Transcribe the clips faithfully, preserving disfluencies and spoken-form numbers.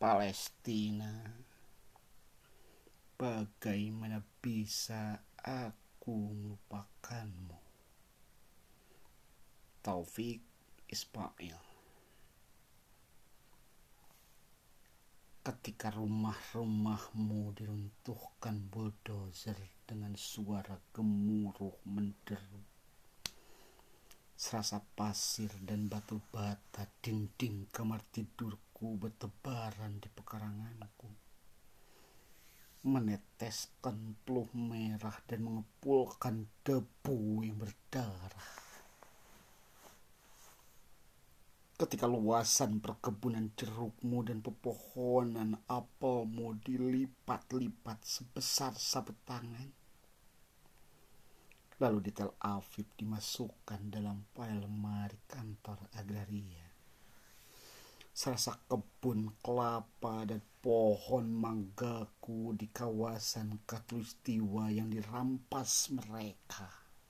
Palestina, bagaimana bisa aku melupakanmu? Taufik Ismail. Ketika rumah-rumahmu diruntuhkan bulldozer dengan suara gemuruh menderu, serasa pasir dan batu bata dinding kamar tidurku bertebaran di pekaranganku, meneteskan peluh merah dan mengepulkan debu yang berdarah. Ketika luasan perkebunan jerukmu dan pepohonan apelmu dilipat-lipat sebesar sabut tangan, lalu di Tel Aviv dimasukkan dalam file lemari kantor agraria, serasa kebun kelapa dan pohon manggaku di kawasan Katulistiwa yang dirampas mereka.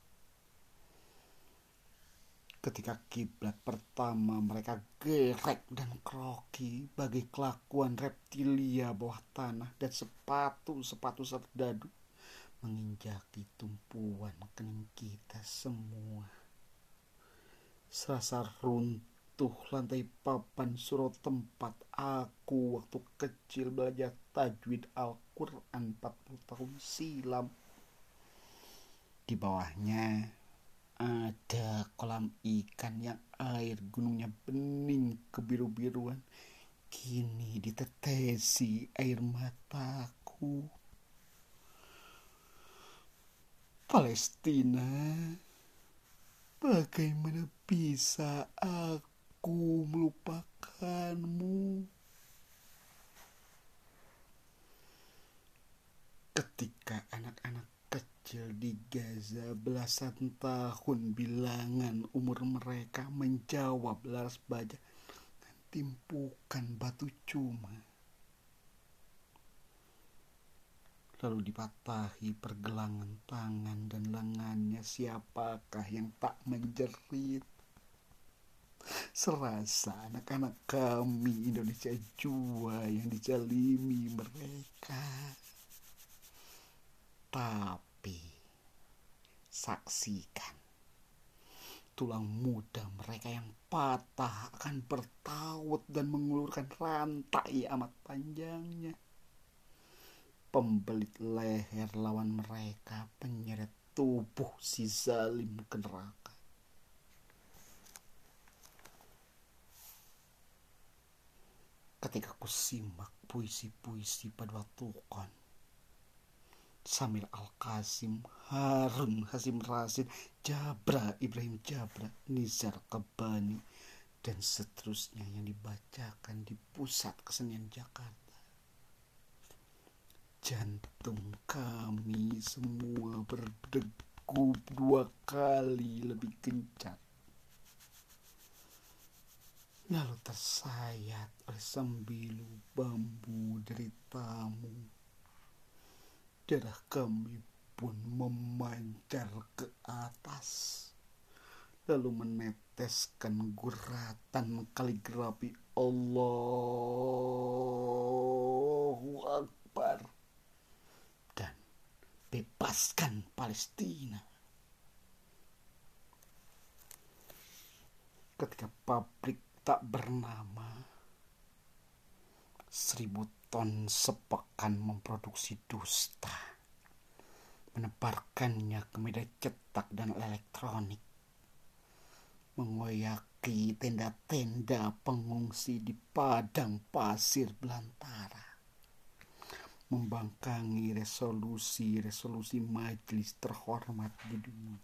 Ketika kiblat pertama mereka gerek dan kroki bagi kelakuan reptilia bawah tanah dan sepatu-sepatu serdadu menginjaki tumpuan kening kita semua. Serasa runtuh lantai papan surau tempat aku waktu kecil belajar tajwid Al-Quran empat puluh tahun silam. Di bawahnya ada kolam ikan yang air gunungnya bening kebiru-biruan. Kini ditetesi air mataku. Palestina, bagaimana bisa aku melupakanmu? Ketika anak-anak kecil di Gaza belasan tahun bilangan umur mereka menjawab laras baja dengan timpukan batu cuma, lalu dipatahi pergelangan tangan dan lengannya, siapakah yang tak menjerit? Serasa anak-anak kami Indonesia jua yang dizalimi mereka. Tapi saksikan tulang muda mereka yang patah akan bertaut dan mengulurkan rantai amat panjangnya. Pembelit leher lawan mereka, penyeret tubuh si zalim ke neraka. Ketika ku simak puisi-puisi Padwa Tukon, Samir Al-Qasim, Harun Hasim Rasid, Jabra Ibrahim Jabra, Nizar Kabani, dan seterusnya yang dibacakan di Pusat Kesenian Jakarta, jantung kami semua berdegup dua kali lebih kencang. Lalu tersayat oleh sembilu bambu deritamu. Darah kami pun memancar ke atas, lalu meneteskan guratan kaligrafi Allahu Akbar dan bebaskan Palestina. Ketika pabrik tak bernama seribu ton sepekan memproduksi dusta, menebarkannya ke media cetak dan elektronik, mengoyaki tenda-tenda pengungsi di padang pasir belantara, membangkangi resolusi-resolusi majelis terhormat di dunia,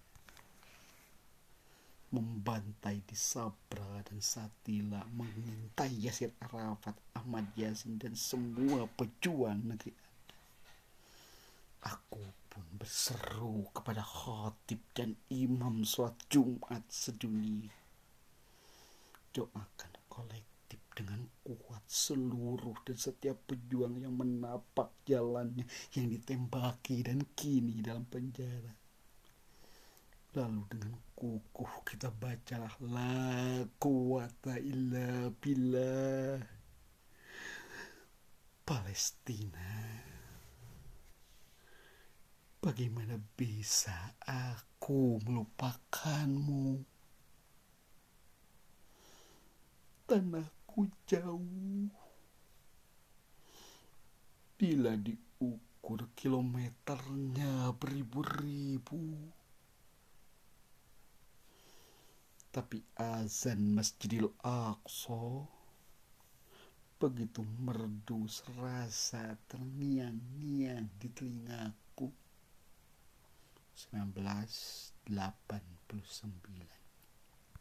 membantai di Sabra dan Satila, mengintai Yasir Arafat, Ahmad Yasin, dan semua pejuang negeri Anda. Aku pun berseru kepada khatib dan imam sholat Jumat sedunia, doakan kolektif dengan kuat seluruh dan setiap pejuang yang menapak jalannya yang ditembaki dan kini dalam penjara. Lalu dengan kukuh kita bacalah la quwata illa billah. Palestina. Bagaimana bisa aku melupakanmu? Tanahku jauh. Bila diukur kilometernya beribu-ribu, tapi azan Masjidil Aqsa begitu merdu serasa terngiang-ngiang di telingaku. seribu sembilan ratus delapan puluh sembilan.